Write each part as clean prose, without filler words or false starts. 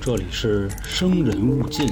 这里是生人勿近。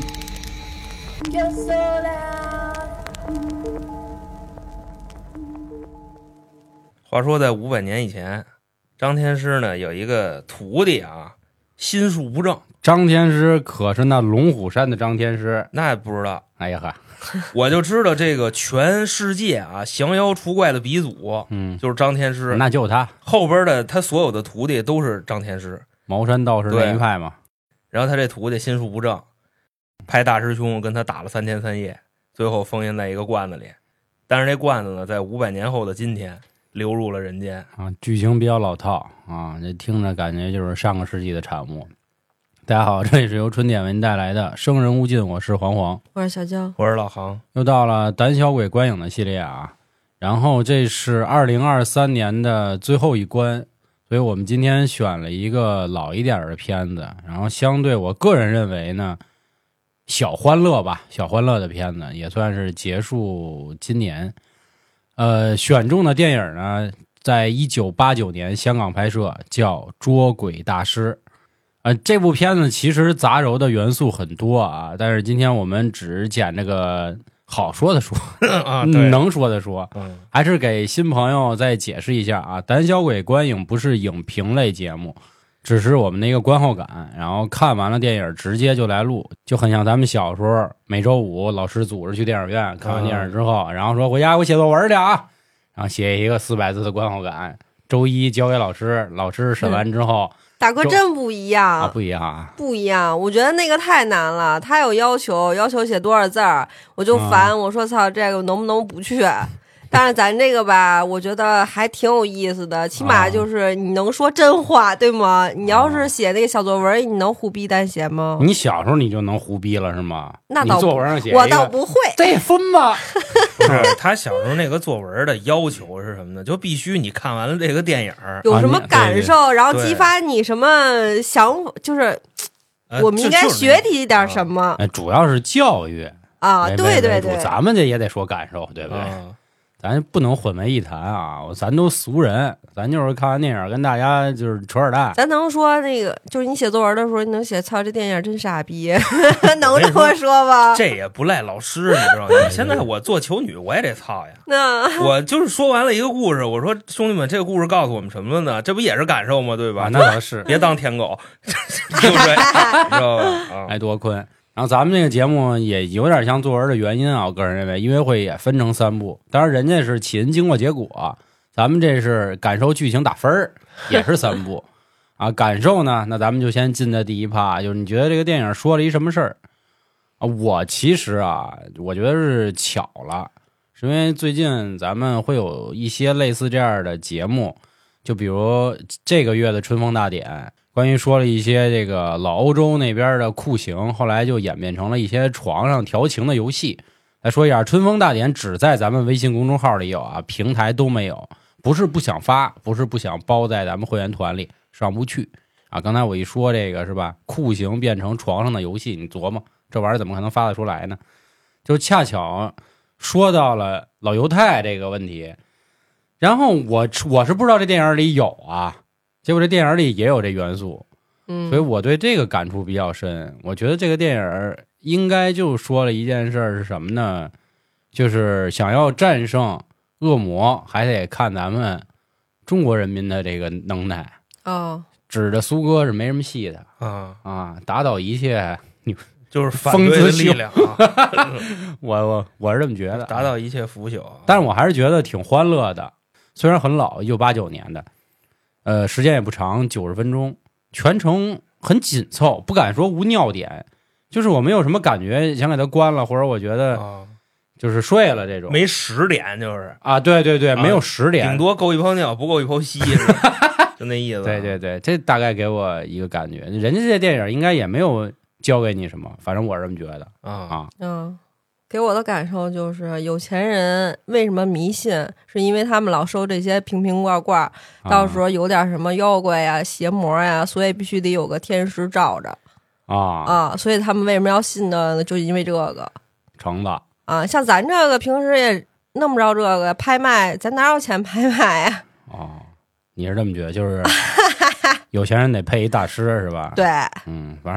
话说在500年以前，张天师呢有一个徒弟啊，心术不正。 张天师可是那龙虎山的张天师？ 那也不知道。 哎呀呵， 我就知道这个全世界啊降妖除怪的鼻祖，就是张天师。 那就他后边的他所有的徒弟都是张天师， 茅山道士那一派嘛。 然后他这徒弟心术不正，派大师兄跟他打了3天3夜，最后封印在一个罐子里。但是这罐子呢，在500年后的今天流入了人间啊。剧情比较老套啊，这听着感觉就是上个世纪的产物。大家好，这里是由春点为您带来的生人勿近，我是黄黄， 我是小娇， 我是老航。 又到了胆小鬼观影的系列啊，然后这是2023年的最后一关，所以我们今天选了一个老一点的片子，然后相对我个人认为呢，小欢乐吧，小欢乐的片子也算是结束今年。选中的电影呢，在1989年香港拍摄，叫《捉鬼大师》。这部片子其实杂糅的元素很多啊，但是今天我们只捡这个好说的说啊，对， 能说的说，还是给新朋友再解释一下啊。胆小鬼观影不是影评类节目，只是我们的一个观后感，然后看完了电影直接就来录，就很像咱们小时候每周五老师组织去电影院看完电影之后，然后说回家我写作文去啊，然后写一个400字的观后感，周一交给老师，老师审完之后。 大哥真不一样啊，不一样啊， 不一样。我觉得那个太难了，他有要求写多少字儿，我就烦。我说操，这个能不能不去？但是咱这个吧，我觉得还挺有意思的，起码就是你能说真话，对吗？你要是写那个小作文，你能胡逼单写吗？ 你小时候你就能胡逼了是吗？ 那倒你作文上写我倒不会， 这也分吧？ 不是，他小时候那个作文的要求是什么呢？就必须你看完了这个电影有什么感受， 对然后激发你什么想法，就是我们应该学习点什么。 主要是教育啊，对对对， 咱们这也得说感受，对不对？咱不能混为一谈啊！咱都俗人，咱就是看完电影跟大家就是扯扯淡。 咱能说那个，就是你写作文的时候，你能写操这电影真傻逼，能这么说吧？ 这也不赖老师，你知道吗？现在我做求女，我也得操呀。 那我就是说完了一个故事，我说兄弟们，这个故事告诉我们什么了呢？这不也是感受吗？对吧？ 那倒是， 别当舔狗，对不对？你知道吧？ 爱多坤。然后咱们这个节目也有点像作文的原因啊，我个人认为，音乐会也分成3部，当然人家是起因经过结果，咱们这是感受剧情打分也是3部啊。感受呢，那咱们就先进的第一趴，就是你觉得这个电影说了一什么事儿啊？我其实啊，我觉得是巧了，是因为最近咱们会有一些类似这样的节目，就比如这个月的春风大典。关于说了一些这个老欧洲那边的酷刑，后来就演变成了一些床上调情的游戏。来说一下，春风大典只在咱们微信公众号里有啊，平台都没有。不是不想发，不是不想包在咱们会员团里，上不去啊。刚才我一说这个是吧，酷刑变成床上的游戏，你琢磨这玩意儿怎么可能发得出来呢？就恰巧说到了老犹太这个问题，然后我是不知道这电影里有啊。结果这电影里也有这元素，所以我对这个感触比较深。我觉得这个电影应该就说了一件事是什么呢？就是想要战胜恶魔，还得看咱们中国人民的这个能耐。指着苏哥是没什么戏的啊！打倒一切， 就是反对的力量啊！ 我是这么觉得， 打倒一切腐朽。 但是我还是觉得挺欢乐的，虽然很老，1989年的。时间也不长，90分钟，全程很紧凑，不敢说无尿点，就是我没有什么感觉想给它关了，或者我觉得就是睡了这种， 没10点就是啊，对对对，没有10点， 顶多够一泡尿，不够一泡稀，就那意思。 对对对，这大概给我一个感觉，人家这电影应该也没有教给你什么，反正我是这么觉得给我的感受就是，有钱人为什么迷信，是因为他们老收这些瓶瓶罐罐，到时候有点什么妖怪呀、邪魔呀，所以必须得有个天使罩着所以他们为什么要信呢？就因为这个成了像咱这个平时也弄不着这个拍卖，咱哪有钱拍卖呀？ 你是这么觉得，就是有钱人得配一大师是吧？ 对， 反正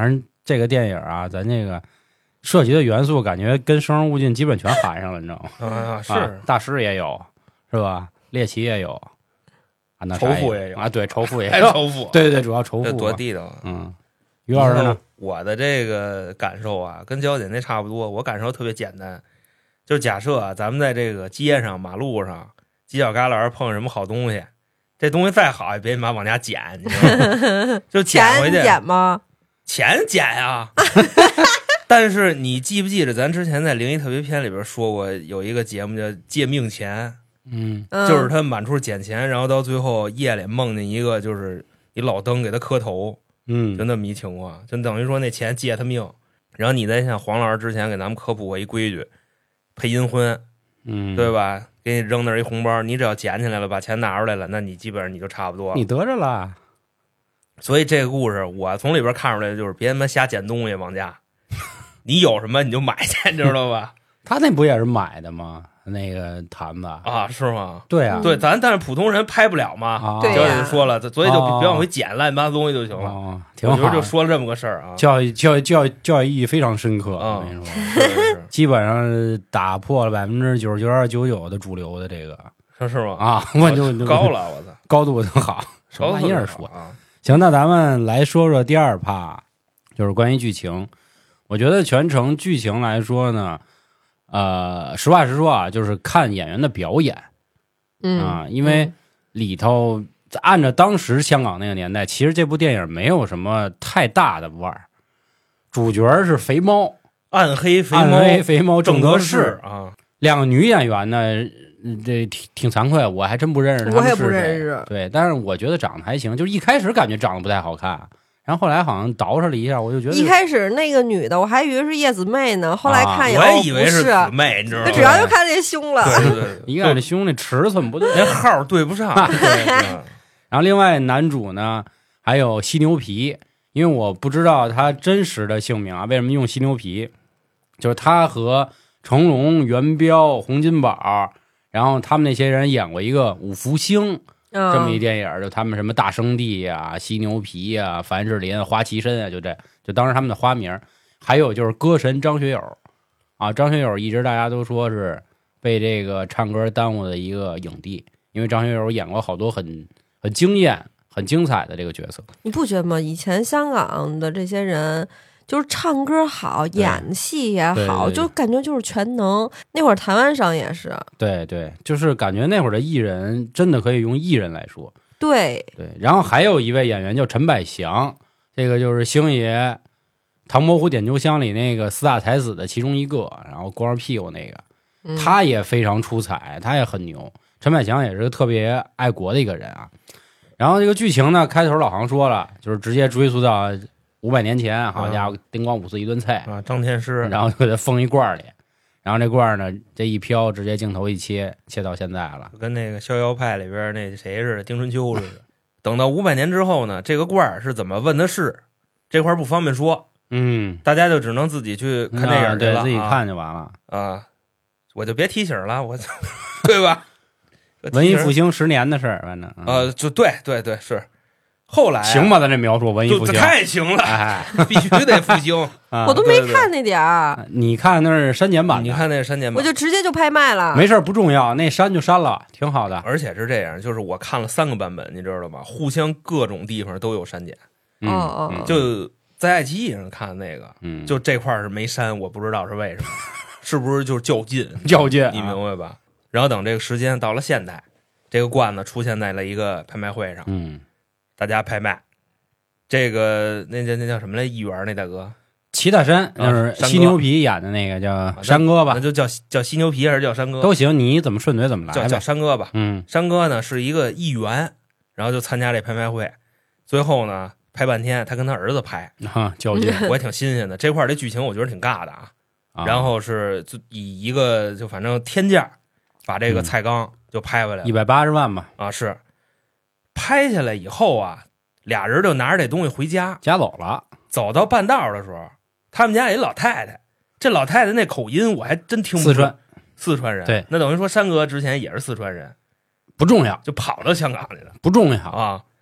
这个电影啊，咱这个涉及的元素感觉跟《生人勿近》基本全含上了，你知道吗？ 是大师也有，是吧？猎奇也有，啊，那仇富也有啊，对，仇富也还有， 仇富， 对，主要仇富， 这多地道啊。 于老师呢？ 我的这个感受啊，跟娇姐那差不多。我感受特别简单，就假设啊，咱们在这个街上、马路上、犄角旮旯碰上什么好东西，这东西再好也别你妈往家捡，你知道吗？就捡回去。 捡吗？ 钱捡呀。但是你记不记得咱之前在灵异特别篇里边说过，有一个节目叫《借命钱》，就是他满处捡钱，然后到最后夜里梦见一个就是一老登给他磕头。就那么一情况，就等于说那钱借他命，然后你再像黄老师之前给咱们科普过一规矩，配阴婚，对吧？给你扔那儿一红包，你只要捡起来了，把钱拿出来了，那你基本上你就差不多了， 你得着了。 所以这个故事我从里边看出来的就是别他妈瞎捡东西往家，你有什么你就买去，你知道吧？ 他那不也是买的吗？那个坛子啊，是吗？ 对啊， 对，但是普通人拍不了嘛。 对教育就说了，所以就别往回捡乱七八糟东西就行了。 挺好， 我觉得就说了这么个事儿啊， 教育意义非常深刻。我跟你说，基本上打破了99.99%的主流的这个， 是吗？ 啊，我就高了，我操， 高度挺好。什么玩意儿说啊？ 行，那咱们来说说第二趴，就是关于剧情。我觉得全程剧情来说呢。实话实说啊，就是看演员的表演，因为里头按照当时香港那个年代，其实这部电影没有什么太大的腕儿，主角是肥猫， 暗黑肥猫郑德士啊， 两个女演员呢，这挺惭愧，我还真不认识他们， 我也不认识， 对，但是我觉得长得还行，就是一开始感觉长得不太好看。然后后来好像捯饬了一下，我就觉得一开始那个女的我还以为是叶子妹呢，后来看我也以为是姊妹，你知道吗？ 主要就看这胸了， 对， 一看这胸那尺寸不对， 连号对不上。 然后另外男主呢还有犀牛皮，因为我不知道他真实的姓名啊，为什么用犀牛皮？就是他和成龙、元彪、洪金宝，然后他们那些人演过一个五福星。这么一电影，就他们什么大生地呀、犀牛皮呀、樊士林、花旗参啊，就当时他们的花名。还有就是歌神张学友啊，张学友一直大家都说是被这个唱歌耽误的一个影帝，因为张学友演过好多很惊艳、很精彩的这个角色。 你不觉得吗？以前香港的这些人。就是唱歌好，演戏也好，就感觉就是全能。那会儿台湾省也是， 对，就是感觉那会儿的艺人真的可以用艺人来说。 对， 然后还有一位演员叫陈百祥，这个就是星爷《唐伯虎点秋香》里那个四大才子的其中一个，然后光着屁股那个，他也非常出彩，他也很牛。陈百祥也是个特别爱国的一个人啊。然后这个剧情呢，开头老航说了，就是直接追溯到500年前，好家伙，叮咣5四一顿菜啊，张天师， 然后就给他封一罐里，然后这罐呢，这一飘，直接镜头一切到现在了， 跟那个《逍遥派》里边那谁似的，丁春秋似的。等到500年之后呢，这个罐是怎么问的事，这块不方便说，大家就只能自己去看电影去了， 对，自己看就完了啊，我就别提醒了，我对吧？ 文艺复兴10年的事儿，反正就对是。后来行吧，咱这描述文艺复兴太行了，必须得复兴。 我都没看那点儿， 你看那是删减版的， 你看那是删减版， 我就直接就拍卖了。 没事不重要，那删就删了，挺好的。 而且是这样，就是我看了3个版本，你知道吗？互相各种地方都有删减。就在爱奇艺上看那个，就这块是没删，我不知道是为什么，是不是就是较劲，你明白吧？然后等这个时间到了现代，这个罐子出现在了一个拍卖会上，大家拍卖。这个那叫什么来？议员那大哥齐大山，就是犀牛皮演的那个叫山哥吧， 那就叫犀牛皮还是叫山哥都行，你怎么顺嘴怎么来， 叫山哥吧。山哥呢是一个议员，然后就参加这拍卖会，最后呢拍半天，他跟他儿子拍较劲， 我也挺新鲜的。这块这剧情我觉得挺尬的啊。然后是以一个就反正天价把这个蔡刚就拍回来了 ，180万吧。 是拍下来以后啊，俩人就拿着这东西回家走了。 走到半道的时候，他们家有一老太太，这老太太那口音我还真听不出，四川人。 对， 那等于说山哥之前也是四川人， 不重要， 就跑到香港去了， 不重要啊。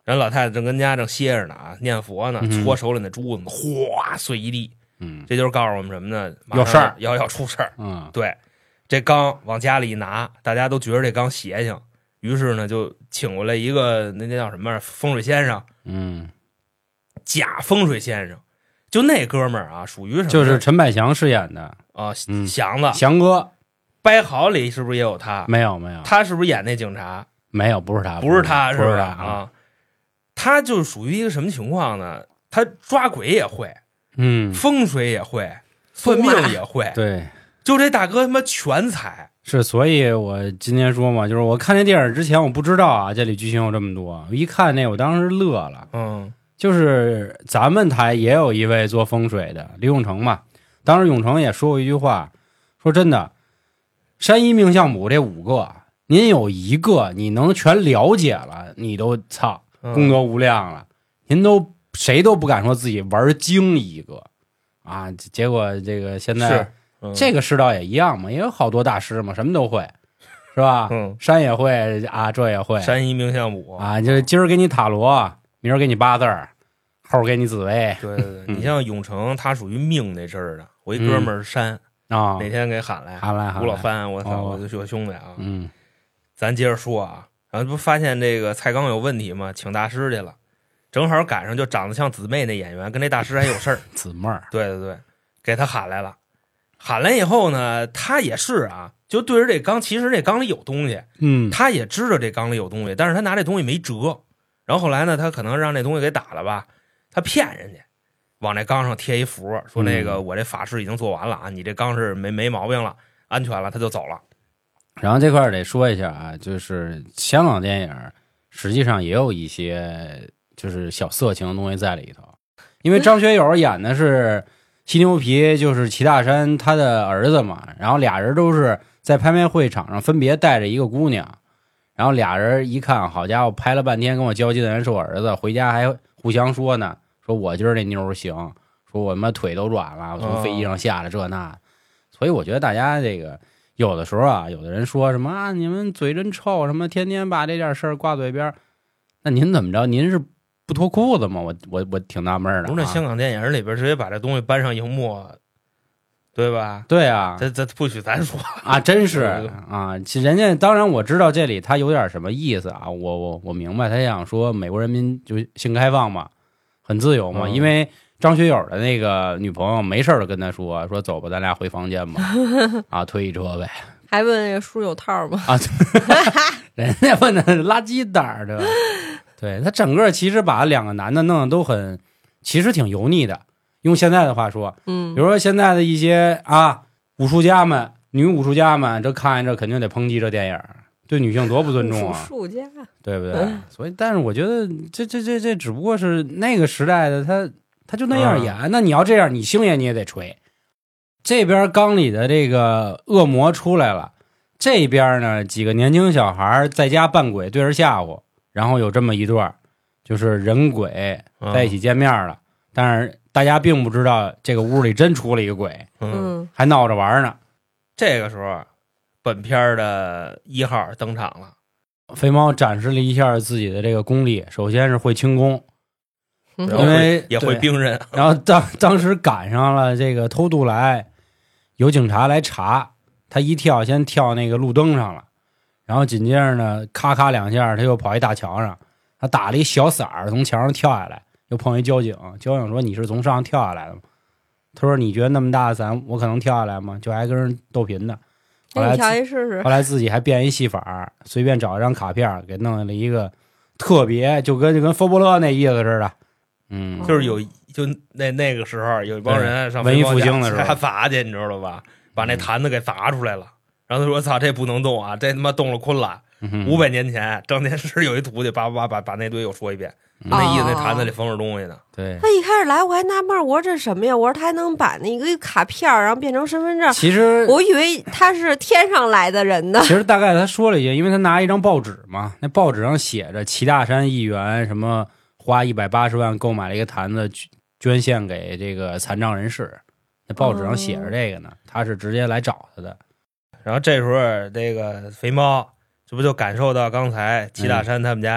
人老太太正跟家正歇着呢啊，念佛呢，搓手里那珠子，哗碎一地。这就是告诉我们什么呢？ 有事儿， 要出事儿。对，这缸往家里一拿，大家都觉得这缸邪性，于是呢就请过来一个那叫什么风水先生，假风水先生，就那哥们儿啊，属于什么？ 就是陈百祥饰演的啊，祥子， 祥哥， 掰好里是不是也有他？ 没有， 他是不是演那警察？ 没有，不是他， 不是他，是不是他啊？他就属于一个什么情况呢？他抓鬼也会。风水也会，算命也会， 对， 就这大哥他妈全才。 是，所以我今天说嘛，就是我看那电影之前我不知道啊，这里剧情有这么多，一看那我当时乐了。就是咱们台也有一位做风水的李永成嘛，当时永成也说过一句话，说真的，山医命相卜这5个，您有一个你能全了解了，你都操功德无量了，您都。谁都不敢说自己玩精一个啊！结果这个现在这个世道也一样嘛，也有好多大师嘛，什么都会，是吧？山也会啊，这也会。 山医命相卜啊，就是今儿给你塔罗，明儿给你八字，后儿给你紫薇。 对，你像永成，他属于命那阵儿的。我一哥们儿山啊， 哪天给喊来，吴老范，我操，我就兄弟啊。咱接着说啊，然后不发现这个蔡刚有问题吗？请大师去了。正好赶上就长得像姊妹那演员跟那大师还有事儿， 姊妹儿， 对，给他喊来了。喊来以后呢，他也是啊，就对着这缸，其实这缸里有东西，他也知道这缸里有东西，但是他拿这东西没辙。然后后来呢，他可能让这东西给打了吧，他骗人家，往那缸上贴一符，说那个我这法事已经做完了啊，你这缸是没毛病了，安全了，他就走了。 然后这块得说一下啊，就是香港电影实际上也有一些。就是小色情的东西在里头，因为张学友演的是犀牛皮，就是齐大山他的儿子嘛，然后俩人都是在拍卖会场上分别带着一个姑娘，然后俩人一看，好家伙，拍了半天跟我较劲的人是我儿子，回家还互相说呢，说我今儿这妞行，说我们腿都软了，我从飞机上下来这那，所以我觉得大家这个有的时候啊，有的人说什么啊，你们嘴真臭，什么天天把这点事儿挂嘴边，那您怎么着？您是不脱裤子吗？我挺纳闷的。 不是那香港电影里边直接把这东西搬上荧幕，对吧？ 对啊， 这不许咱说啊，真是啊！人家当然我知道这里他有点什么意思啊，我明白他想说美国人民就性开放嘛，很自由嘛，因为张学友的那个女朋友没事就跟他说走吧，咱俩回房间吧，啊，推一车呗。 还问那个书有套吗？ 啊，人家问的垃圾袋的。对，他整个其实把2个男的弄得都很，其实挺油腻的。用现在的话说，比如说现在的一些武术家们、女武术家们，这看这肯定得抨击这电影，对女性多不尊重啊！ 武术家， 对不对？所以，但是我觉得这只不过是那个时代的他就那样演。那你要这样，你星爷你也得锤。这边缸里的这个恶魔出来了，这边呢几个年轻小孩在家扮鬼对着吓唬。然后有这么一段，就是人鬼在一起见面了，但是大家并不知道这个屋里真出了一个鬼，还闹着玩呢。 这个时候，本片的1号登场了， 肥猫展示了一下自己的这个功力，首先是会轻功，因为也会兵刃， 然后当时赶上了这个偷渡来，有警察来查，他一跳先跳那个路灯上了。然后紧接着呢，咔咔2下，他又跑一大墙上，他打了一小伞儿，从墙上跳下来，又碰一交警。交警说：“你是从上跳下来的吗？”他说：“你觉得那么大的伞，我可能跳下来吗？”就还跟人斗贫的。后来跳一试试。 后来自己还变一戏法，随便找一张卡片给弄了一个特别，就跟佛伯勒那意思似的。 就是就那个时候有一帮人上文艺复兴的时候还砸去，你知道吧？把那坛子给砸出来了。然后他说：“操，这不能动啊！这他妈动了坤了。500年前，张天师有一徒弟，把那堆又说一遍，那意思那坛子里封着东西呢。 对， 他一开始来我还纳闷，我说这什么呀？我说他还能把那个卡片然后变成身份证。 其实我以为他是天上来的人呢。 其实大概他说了一些，因为他拿一张报纸嘛，那报纸上写着齐大山议员什么花180万购买了一个坛子，捐献给这个残障人士。那报纸上写着这个呢，他是直接来找他的。”然后这时候这个肥猫这不就感受到刚才齐大山他们家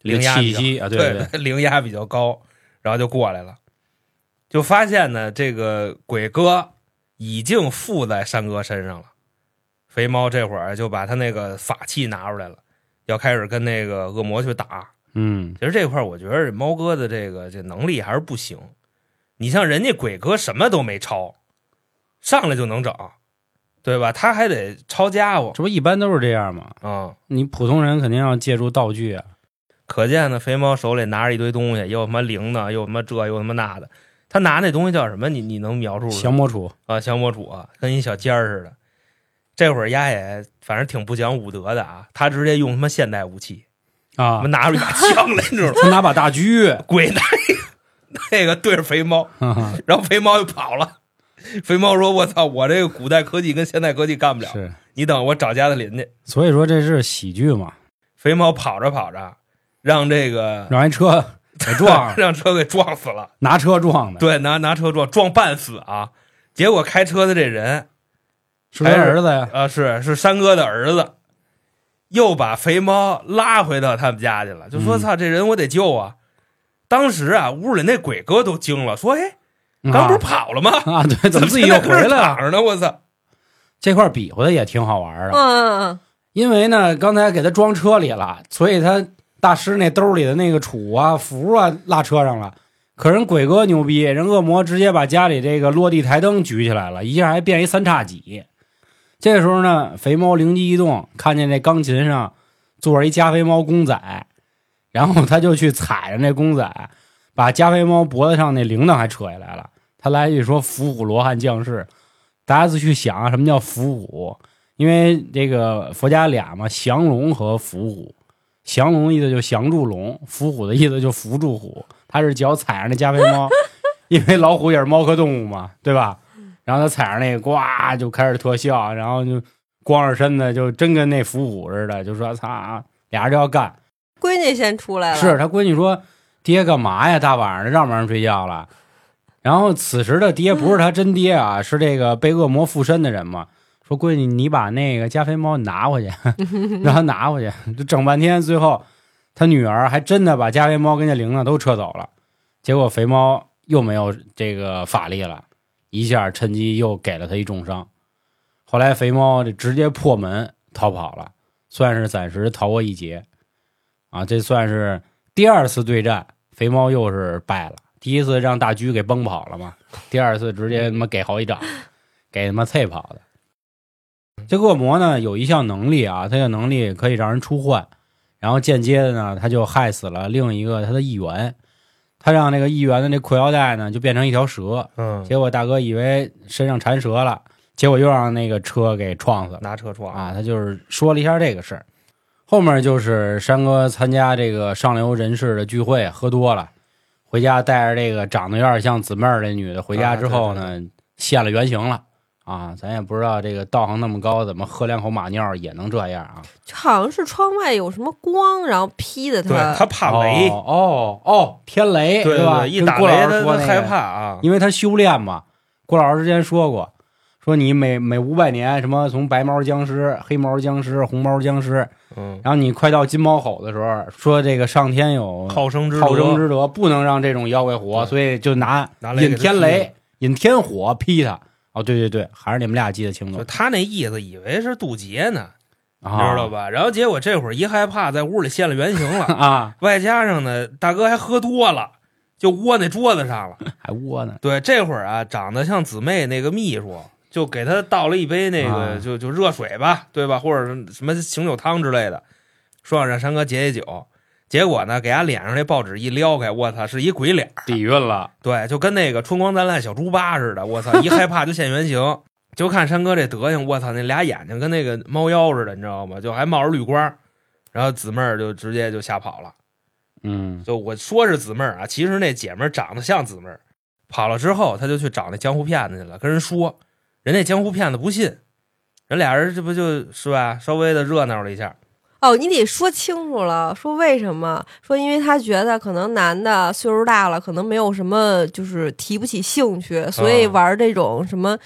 灵压比较对， 灵压比较高，然后就过来了，就发现呢这个鬼哥已经附在山哥身上了。肥猫这会儿就把他那个法器拿出来了，要开始跟那个恶魔去打。其实这块我觉得猫哥的这能力还是不行。你像人家鬼哥什么都没抄，上来就能整，对吧？他还得抄家伙， 这不一般都是这样吗？你普通人肯定要借助道具啊。 可见呢，肥猫手里拿着一堆东西，又他妈铃铛，又他妈这，又他妈那的。他拿那东西叫什么？你能描述？ 降魔杵啊，降魔杵啊，跟一小尖儿似的。这会儿丫也反正挺不讲武德的啊，他直接用他妈现代武器啊， 拿出一把枪来，你知道吗？ 他拿把大狙， 鬼拿那个对着肥猫，然后肥猫就跑了。肥猫说：“我操，我这个古代科技跟现代科技干不了， 是你等我找加特林去。” 所以说这是喜剧嘛。 肥猫跑着跑着，让一车给撞让车给撞死了， 拿车撞的， 对，拿车撞半死啊！结果开车的这人是他儿子呀， 是山哥的儿子，又把肥猫拉回到他们家去了，就说：“操，这人我得救啊！”当时啊，屋里那鬼哥都惊了，说：“哎，刚不是跑了吗？ 啊，对，怎么自己又回来了呢？我操！” 这块比划的也挺好玩的，因为呢，刚才给他装车里了，所以他大师那兜里的那个杵啊、符啊落车上了。可人鬼哥牛逼，人恶魔直接把家里这个落地台灯举起来了，一下还变一3叉戟。这时候呢，肥猫灵机一动，看见这钢琴上坐着一加菲猫公仔，然后他就去踩着那公仔，把加菲猫脖子上那铃铛还扯下来了。他来一句说：“伏虎罗汉降世。”大家仔细想啊，什么叫伏虎？因为这个佛家俩嘛，降龙和伏虎。降龙的意思就降住龙，伏虎的意思就伏住虎。他是脚踩着那加菲猫，因为老虎也是猫科动物嘛，对吧？然后他踩着那个，呱就开始特效，然后就光着身子，就真跟那伏虎似的，就说：“操，俩人就要干。” 闺女先出来了， 是他闺女说：“爹干嘛呀？大晚上的让不让人睡觉了？”然后此时的爹不是他真爹啊，是这个被恶魔附身的人嘛。说闺女，你把那个加菲猫拿回去，让他拿回去。就整半天，最后他女儿还真的把加菲猫跟这铃铛都撤走了。结果肥猫又没有这个法力了，一下趁机又给了他一重伤。后来肥猫就直接破门逃跑了，算是暂时逃过一劫啊。这算是第2次对战，肥猫又是败了。第一次让大狙给崩跑了嘛，第2次直接他妈给好一掌，给他妈啐跑的。这恶魔呢有一项能力啊，他的能力可以让人出幻，然后间接的呢他就害死了另一个他的议员，他让那个议员的那裤腰带呢就变成一条蛇，结果大哥以为身上缠蛇了，结果又让那个车给撞死了， 拿车撞啊。他就是说了一下这个事儿。后面就是山哥参加这个上流人士的聚会，喝多了，回家带着这个长得有点像姊妹儿这女的回家之后呢， 对现了原形了啊！咱也不知道这个道行那么高，怎么喝2口马尿也能这样啊？ 好像是窗外有什么光，然后劈的他， 对他怕雷， 天雷， 对吧？ 一打雷他害怕啊， 因为他修炼嘛。郭老师之前说过，说你每500年什么从白毛僵尸、黑毛僵尸、红毛僵尸，然后你快到金毛吼的时候，说这个上天有好生之德，不能让这种妖怪活，所以就拿引天雷、引天火劈他。哦，对，还是你们俩记得清楚。 就他那意思以为是渡劫呢，知道吧？然后结果这会儿一害怕，在屋里现了原形了啊！ 外加上呢，大哥还喝多了，就窝那桌子上了， 还窝呢。 对，这会儿啊，长得像姊妹那个秘书就给他倒了一杯那个就热水吧，对吧？或者什么醒酒汤之类的，说让山哥解解酒。结果呢，给他脸上那报纸一撩开，我操，是一鬼脸， 底蕴了。 对，就跟那个春光灿烂小猪八似的，我操，一害怕就现原形。就看山哥这德行，我操，那俩眼睛跟那个猫妖似的，你知道吗？就还冒着绿光。然后姊妹儿就直接就吓跑了。就我说是姊妹儿啊，其实那姐们儿长得像姊妹儿。跑了之后，他就去找那江湖骗子去了，跟人说，人那江湖骗子不信，人俩人这不就是吧，稍微的热闹了一下。 哦，你得说清楚了，说为什么？说因为他觉得可能男的岁数大了，可能没有什么就是提不起兴趣，所以玩这种什么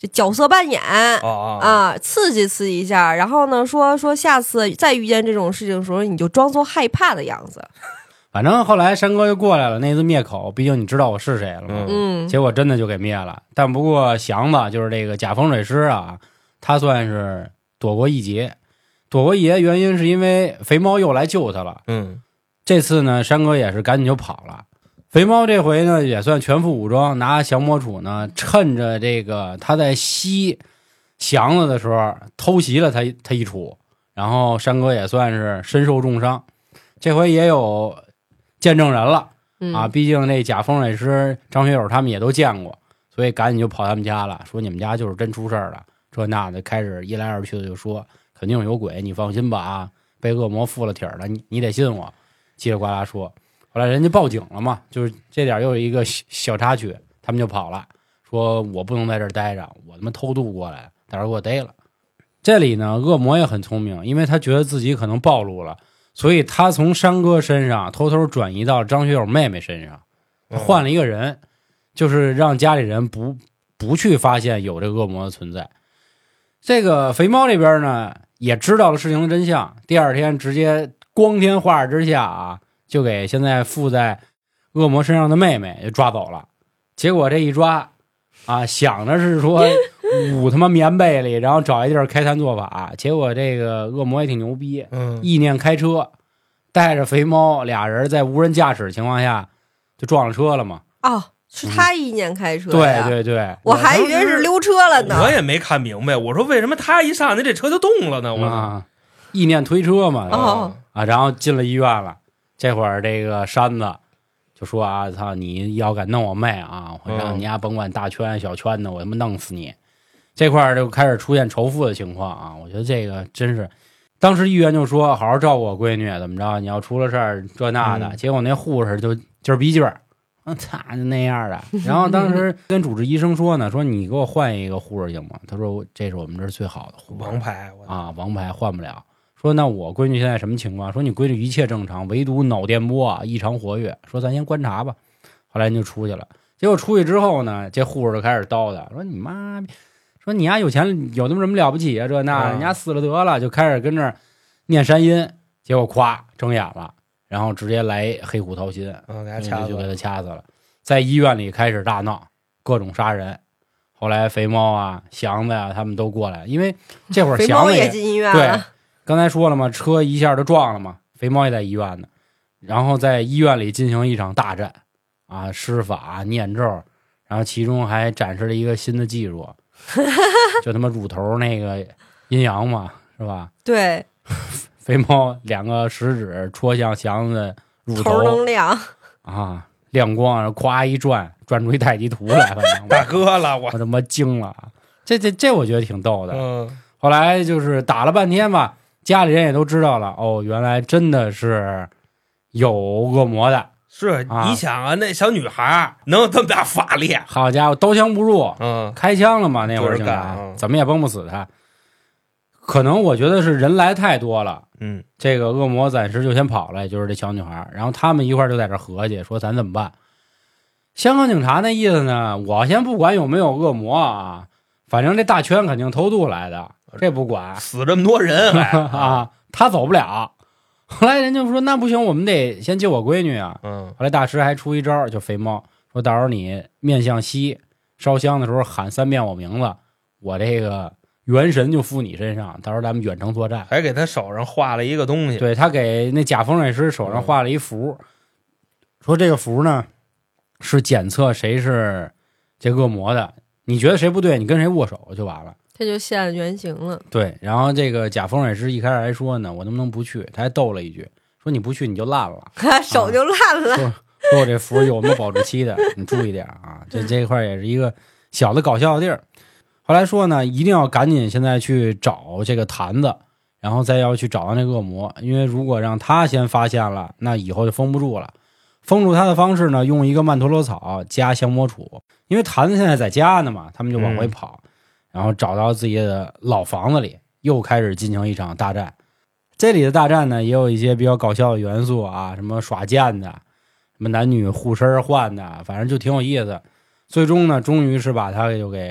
这角色扮演刺激一下，然后呢说下次再遇见这种事情的时候，你就装作害怕的样子。 反正后来山哥就过来了，那次灭口，毕竟你知道我是谁了嘛，结果真的就给灭了。但不过祥子就是这个假风水师啊，他算是躲过一劫。躲过一劫原因是因为肥猫又来救他了。这次呢，山哥也是赶紧就跑了。肥猫这回呢也算全副武装，拿降魔杵呢，趁着这个他在吸祥子的时候偷袭了他一杵，然后山哥也算是身受重伤。这回也有见证人了啊，毕竟这假风水师张学友他们也都见过，所以赶紧就跑他们家了，说你们家就是真出事了，这那的，开始一来二去的就说肯定有鬼，你放心吧啊，被恶魔附了体了，你得信我，叽里呱啦说。后来人家报警了嘛，就是这点又有一个小插曲，他们就跑了，说我不能在这儿待着，我他妈偷渡过来，到时候给我逮了。这里呢，恶魔也很聪明，因为他觉得自己可能暴露了，所以他从山哥身上偷偷转移到张学友妹妹身上，换了一个人，就是让家里人不去发现有这个恶魔的存在。这个肥猫这边呢，也知道了事情的真相，第二天直接光天化日之下啊，就给现在附在恶魔身上的妹妹就抓走了。结果这一抓啊，想着是说捂他妈棉被里，然后找一地儿开坛做法，结果这个恶魔也挺牛逼，意念开车，带着肥猫俩人在无人驾驶的情况下就撞了车了嘛。 是他意念开车呀？对对对， 我还以为是溜车了呢。 我也没看明白，我说为什么他一上去这车就动了呢？ 意念推车嘛。然后进了医院了。这会儿这个山子就说啊，操，你要敢弄我妹啊，我让你家甭管大圈小圈的，我他妈弄死你。这块儿就开始出现仇富的情况啊，我觉得这个真是，当时医院就说好好照顾我闺女，怎么着，你要出了事儿这那的，结果那护士就劲儿逼劲儿，操，就那样的。然后当时跟主治医生说呢，说你给我换一个护士行吗？他说这是我们这儿最好的护士， 王牌啊，王牌换不了。说那我闺女现在什么情况？说你闺女一切正常，唯独脑电波啊异常活跃。说咱先观察吧。后来人就出去了。结果出去之后呢，这护士就开始叨叨，说你妈，说你家有钱有那么什么了不起啊？这那人家死了得了，就开始跟这儿念山音。结果咵睁眼了，然后直接来黑虎掏心，就给他掐死了。在医院里开始大闹，各种杀人。后来肥猫啊、祥子啊他们都过来，因为这会儿祥子也进医院了。 对。刚才说了嘛，车一下就撞了嘛，肥猫也在医院呢，然后在医院里进行一场大战啊，施法念咒，然后其中还展示了一个新的技术，就他妈乳头那个阴阳嘛，是吧？ 对， 肥猫两个食指戳向祥子的乳头能亮啊，亮光，然后咵一转出一太极图来，反正大哥了，我他妈惊了，这我觉得挺逗的。后来就是打了半天吧。家里人也都知道了，原来真的是有恶魔的。 是你想啊，那小女孩能有这么大法力？ 好家伙，刀枪不入，开枪了嘛？那会儿警察怎么也崩不死他。可能我觉得是人来太多了，这个恶魔暂时就先跑了，就是这小女孩。然后他们一块就在这合计，说咱怎么办？香港警察那意思呢，我先不管有没有恶魔啊，反正这大圈肯定偷渡来的。这不管， 死这么多人啊，他走不了。后来人就说那不行，我们得先救我闺女啊。后来大师还出一招，就肥猫说，到时候你面向西烧香的时候喊3遍我名字，我这个元神就附你身上，到时候咱们远程作战。 还给他手上画了一个东西， 对，他给那假风水师手上画了一符，说这个符呢是检测谁是这恶魔的，你觉得谁不对，你跟谁握手就完了。 这就现了原形了。 对，然后这个假风水师一开始还说呢，我能不能不去？他还逗了一句，说你不去你就烂了， 手就烂了。 说我这符有没有保质期的，你注意点啊。这块也是一个小的搞笑的地儿。后来说呢，一定要赶紧现在去找这个坛子，然后再要去找到那个恶魔，因为如果让他先发现了，那以后就封不住了。封住他的方式呢，用一个曼陀罗草加降魔杵，因为坛子现在在家呢嘛，他们就往回跑。然后找到自己的老房子里，又开始进行一场大战。这里的大战呢，也有一些比较搞笑的元素啊，什么耍剑的，什么男女互身换的，反正就挺有意思。最终呢，终于是把他就给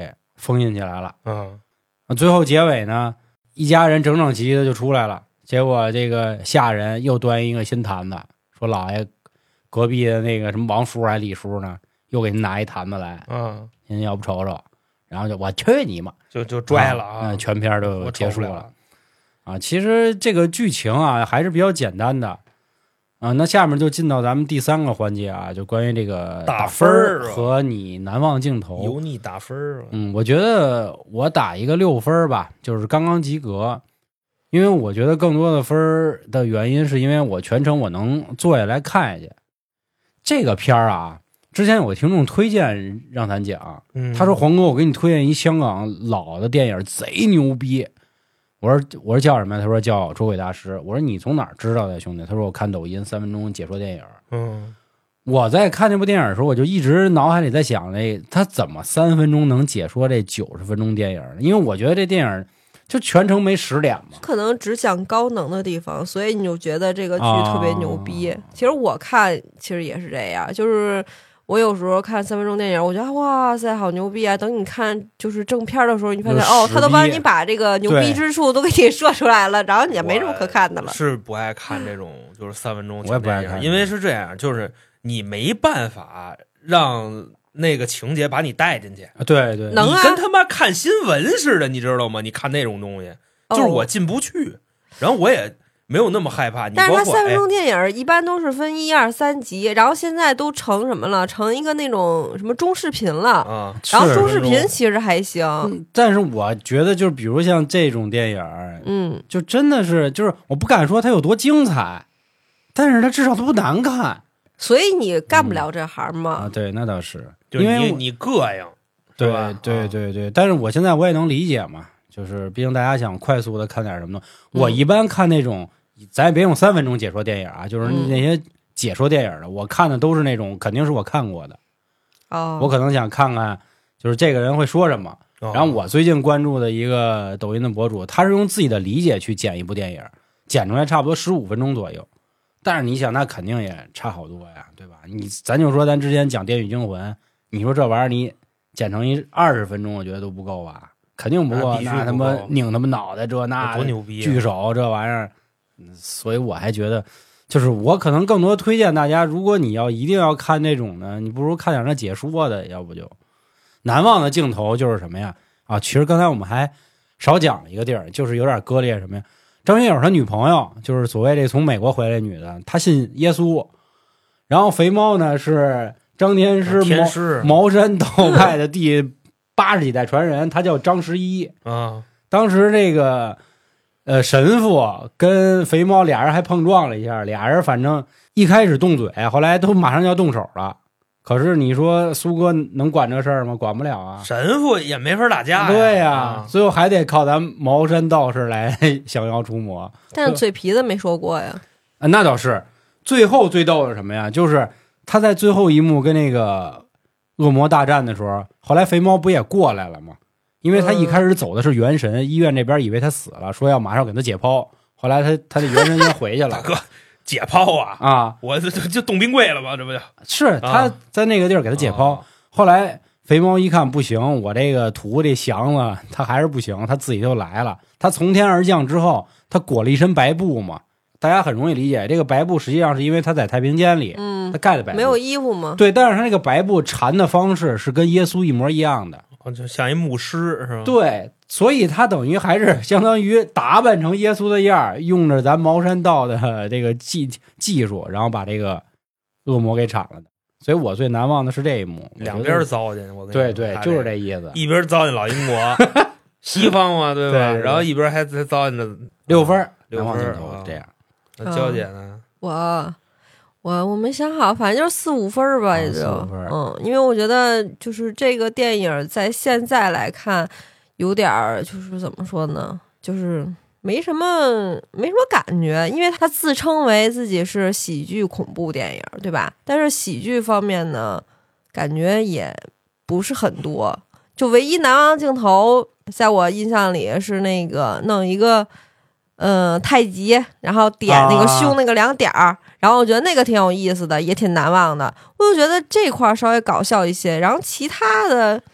封印起来了。 嗯， 最后结尾呢，一家人整整齐齐的就出来了。结果这个下人又端一个新坛子，说老爷隔壁的那个什么王叔还李叔呢，又给您拿一坛子来，您要不瞅瞅？然后就我去你妈， 就拽了啊！ 全片就结束了啊。其实这个剧情啊还是比较简单的啊。那下面就进到咱们第3个环节啊，就关于这个打分儿和你难忘镜头。 油腻打分儿。 我觉得我打一个6分吧，就是刚刚及格。因为我觉得更多的分儿的原因是因为我全程我能坐下来看下去。这个片儿啊，之前有个听众推荐让咱讲，他说黄哥，我给你推荐一香港老的电影，贼牛逼。我说叫什么呀？他说叫《捉鬼大师》。我说你从哪儿知道的，兄弟？他说我看抖音3分钟解说电影。我在看这部电影的时候，我就一直脑海里在想，他怎么3分钟能解说这90分钟电影呢？因为我觉得这电影就全程没10点嘛， 可能只讲高能的地方，所以你就觉得这个剧特别牛逼。其实我看其实也是这样，就是我有时候看3分钟电影，我觉得哇塞好牛逼啊！等你看就是正片的时候，你发现他都帮你把这个牛逼之处都给你说出来了，然后你也没什么可看的了。 是不爱看这种就是3分钟我也不爱看， 因为是这样，就是你没办法让那个情节把你带进去。 对对， 能啊， 你跟他妈看新闻似的，你知道吗？你看那种东西，就是我进不去，然后我也没有那么害怕。 但是它3分钟电影一般都是分1、2、3集，然后现在都成什么了？成一个那种什么中视频了啊。然后中视频其实还行， 但是我觉得就是比如像这种电影，就真的是就是我不敢说它有多精彩，但是它至少它不难看。 所以你干不了这行嘛？ 对，那倒是， 因为你膈应， 对吧？对。但是我现在我也能理解嘛，就是毕竟大家想快速的看点什么的。我一般看那种，咱也别用3分钟解说电影啊，就是那些解说电影的，我看的都是那种肯定是我看过的。我可能想看看，就是这个人会说什么。然后我最近关注的一个抖音的博主，他是用自己的理解去剪一部电影，剪出来差不多15分钟左右。但是你想，那肯定也差好多呀，对吧？咱就说咱之前讲《电锯惊魂》，你说这玩意儿你剪成20分钟，我觉得都不够吧？肯定不够。那他妈拧他妈脑袋这那多牛逼， 锯手这玩意儿，所以我还觉得，就是我可能更多推荐大家，如果你要一定要看这种呢，你不如看点那解说的，要不就难忘的镜头就是什么呀？其实刚才我们还少讲了一个地儿，就是有点割裂什么呀？张学友他女朋友就是所谓这从美国回来的女的，她信耶稣，然后肥猫呢是张天师茅山道派的第80几代传人，他叫张十一啊。 当时这个神父跟肥猫俩人还碰撞了一下，俩人反正一开始动嘴，后来都马上就要动手了。可是你说苏哥能管这事儿吗？管不了啊， 神父也没法打架呀。 对呀，最后还得靠咱茅山道士来降妖除魔。 但是嘴皮子没说过呀。 那倒是。最后最逗的是什么呀？就是他在最后一幕跟那个恶魔大战的时候，后来肥猫不也过来了吗？因为他一开始走的是元神，医院这边以为他死了，说要马上给他解剖，后来他的元神先回去了。 大哥，解剖啊！我就冻冰柜了吧？这不就是他在那个地儿给他解剖，后来肥猫一看不行，我这个徒弟降了，他还是不行，他自己就来了。他从天而降之后，他裹了一身白布嘛，大家很容易理解，这个白布实际上是因为他在太平间里，他盖的白布， 没有衣服吗？ 对，但是他那个白布缠的方式是跟耶稣一模一样的， 就像一牧师是吧？ 对，所以他等于还是相当于打扮成耶稣的样，用着咱茅山道的这个技术，然后把这个恶魔给铲了的。所以我最难忘的是这一幕， 两边糟践，我跟你说，对，就是这意思， 一边糟践老英国西方嘛，对吧？ 对， 然后一边还糟践着 6分， 难忘镜头这样。 那娇姐呢？ 我没想好，反正就是4、5分吧，也就 4、5分。 因为我觉得就是这个电影在现在来看，有点就是怎么说呢，就是没什么感觉，因为他自称为自己是喜剧恐怖电影，对吧？但是喜剧方面呢，感觉也不是很多。就唯一难忘镜头，在我印象里是那个弄一个太极，然后点那个胸那个2点儿，然后我觉得那个挺有意思的，也挺难忘的。我就觉得这块稍微搞笑一些，然后其他的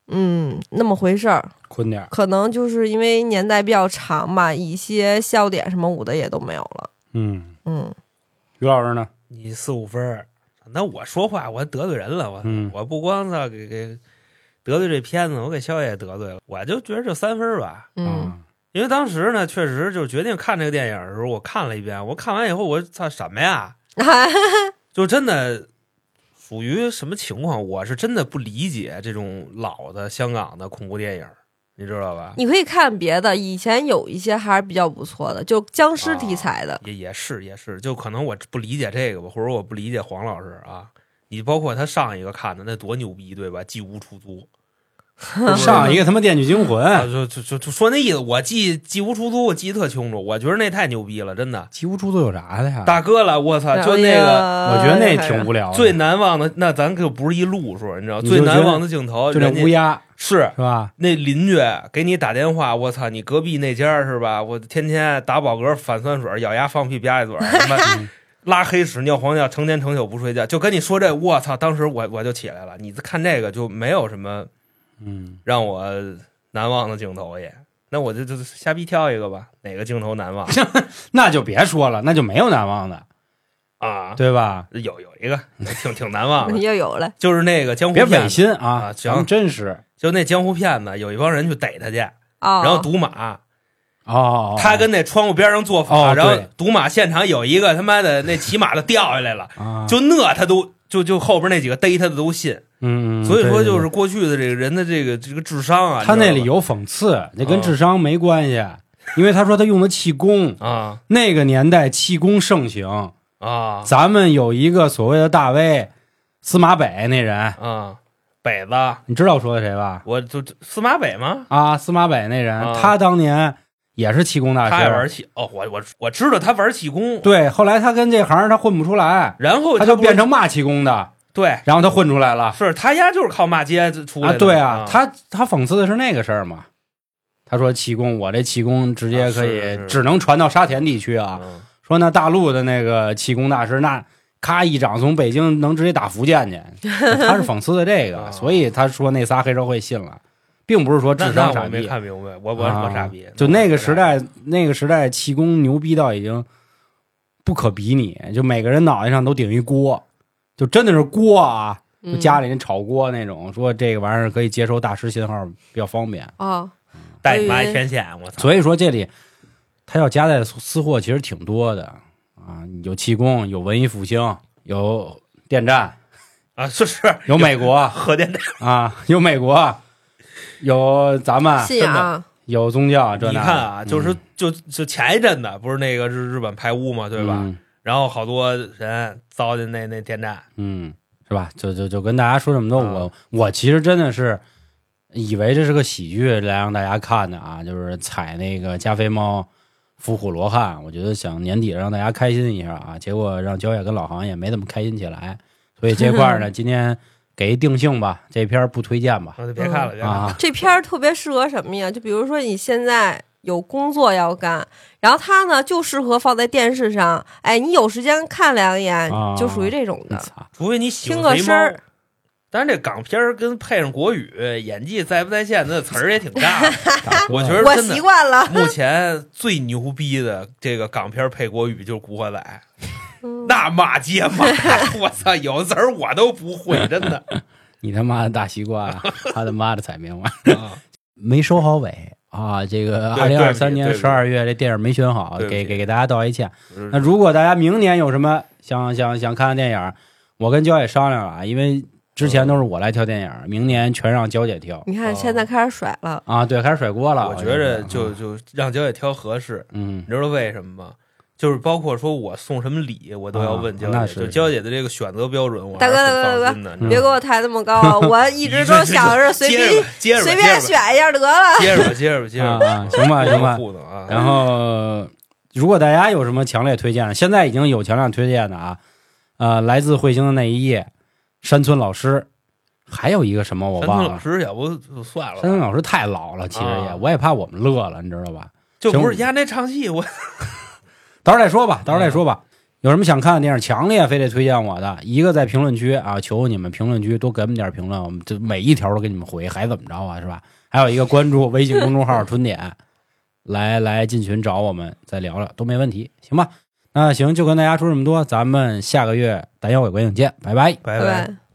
那么回事儿， 困点， 可能就是因为年代比较长吧，一些笑点什么舞的也都没有了。 于老师呢？ 你4、5分，那我说话我得罪人了，我不光给得罪这片子，我给肖爷也得罪了，我就觉得就3分吧。因为当时呢，确实就决定看这个电影的时候，我看了一遍，我看完以后，我操什么呀？就真的属于什么情况？我是真的不理解这种老的香港的恐怖电影，你知道吧？ 你可以看别的，以前有一些还是比较不错的，就僵尸题材的。 也是，就可能我不理解这个吧，或者我不理解黄老师啊。你包括他上一个看的那多牛逼，对吧？寄无出租。 上一个他妈《电锯惊魂》 就说那意思，我寄无出租，我记得特清楚。我觉得那太牛逼了，真的。 寄无出租有啥的呀？ 大哥了，我操！就那个， 我觉得那挺无聊的。 最难忘的，那咱可不是一路数，你知道？最难忘的镜头， 就那乌鸦是吧？ 那邻居给你打电话，我操！你隔壁那家是吧？我天天打饱嗝、反酸水、咬牙放屁、吧一嘴，他妈拉黑屎、尿黄尿，成天成宿不睡觉，就跟你说这，我操！当时我就起来了。你看这个就没有什么。让我难忘的镜头也，那我就瞎逼挑一个吧，哪个镜头难忘？ 那就别说了，那就没有难忘的啊， 对吧？ 有一个挺难忘的， 又有了， 就是那个江湖别骗子， 违心啊， 行， 真是， 就那江湖骗子，有一帮人去逮他去，然后赌马。他跟那窗户边上做法，然后赌马现场有一个他妈的那骑马的掉下来了，就那他都就后边那几个逮他的都信。所以说就是过去的这个人的这个智商啊， 他那里有讽刺，这跟智商没关系，因为他说他用的气功啊， 那个年代气功盛行啊， 咱们有一个所谓的大 V 司马北那人啊，北子， 你知道我说的谁吧？ 我就司马北吗？ 啊，司马北那人，他当年也是气功大师， 他玩气我知道他玩气功， 对，后来他跟这行他混不出来， 然后他就变成骂气功的。 对， 然后他混出来了， 是他家就是靠骂街出来的。 对啊，他讽刺的是那个事儿嘛。他说气功，我这气功直接可以只能传到沙田地区啊。说那大陆的那个气功大师，那咔一掌从北京能直接打福建去。他是讽刺的这个，所以他说那仨黑社会信了，并不是说智商傻逼。 我没看明白，我傻逼。 就那个时代气功牛逼到已经不可比拟，就每个人脑袋上都顶一锅。就真的是锅啊，就家里那炒锅那种，说这个玩意儿可以接收大师信号，比较方便啊， 带你妈一天线，我操！ 所以说这里他要夹带私货其实挺多的啊，有气功，有文艺复兴，有电站啊，是有美国核电站啊，有美国，有咱们信仰， 有宗教。这你看啊，就前一阵子不是那个日本排污嘛，对吧？然后好多人糟践那电站， 是吧？就跟大家说这么多，我其实真的是以为这是个喜剧来让大家看的啊，就是踩那个加菲猫伏虎罗汉，我觉得想年底让大家开心一下啊，结果让焦野跟老航也没怎么开心起来，所以这块呢，今天给一定性吧，这片不推荐吧， 就别看了，别看了。 这片特别适合什么呀？就比如说你现在有工作要干，然后它呢就适合放在电视上，哎，你有时间看2眼，就属于这种的。 除非你喜听个声儿。 但是这港片跟配上国语，演技在不在线，那词儿也挺炸的。我觉得我习惯了。 目前最牛逼的这个港片配国语就是《古惑仔》，那骂街骂，我操，有词儿我都不会，真的。 你他妈的大西瓜，他他妈的彩明白，没收好尾。啊，这个2023年12月这电影没选好，给大家道一歉。那如果大家明年有什么想看的电影，我跟焦姐商量了啊，因为之前都是我来挑电影，明年全让焦姐挑。 你看现在开始甩了啊，对，开始甩锅了。 我觉着就让焦姐挑合适，你知道为什么吗？就是包括说我送什么礼，我都要问焦姐。就焦姐的这个选择标准，我大哥，别给我抬那么高啊！我一直都想着随便选一下得了。 接着啊，行吧。然后，如果大家有什么强烈推荐的，现在已经有强烈推荐的啊，来自彗星的那一夜，山村老师，还有一个什么我忘了。 山村老师要不就算了。 山村老师太老了，其实我也怕我们乐了，你知道吧？ 就不是压那唱戏我。 到时候再说吧， 有什么想看的电影，强烈非得推荐我的，一个在评论区啊，求你们评论区多给我们点评论，我们就每一条都给你们回，还怎么着啊，是吧？还有一个关注微信公众号春点，来进群找我们再聊聊都没问题，行吧？那行，就跟大家说这么多，咱们下个月单妖鬼观影见，拜拜， 拜拜拜。